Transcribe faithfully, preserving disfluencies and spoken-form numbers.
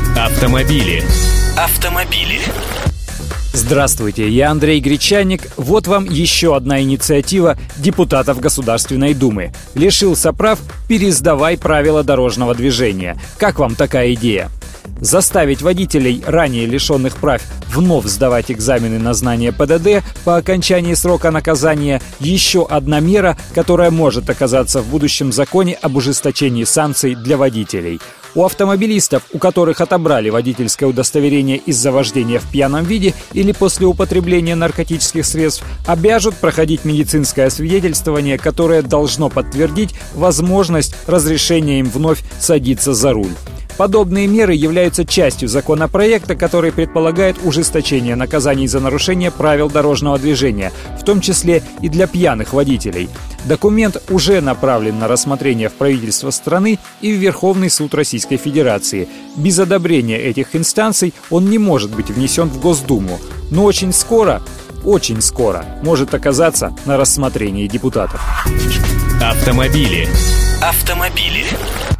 Автомобили. Автомобили. Здравствуйте, я Андрей Гречанник. Вот вам еще одна инициатива депутатов Государственной Думы. Лишился прав — пересдавай правила дорожного движения. Как вам такая идея? Заставить водителей, ранее лишенных прав, вновь сдавать экзамены на знание ПДД по окончании срока наказания – еще одна мера, которая может оказаться в будущем законе об ужесточении санкций для водителей. У автомобилистов, у которых отобрали водительское удостоверение из-за вождения в пьяном виде или после употребления наркотических средств, обяжут проходить медицинское освидетельствование, которое должно подтвердить возможность разрешения им вновь садиться за руль. Подобные меры являются частью законопроекта, который предполагает ужесточение наказаний за нарушение правил дорожного движения, в том числе и для пьяных водителей. Документ уже направлен на рассмотрение в правительство страны и в Верховный суд Российской Федерации. Без одобрения этих инстанций он не может быть внесен в Госдуму, но очень скоро, очень скоро может оказаться на рассмотрении депутатов. Автомобили. Автомобили.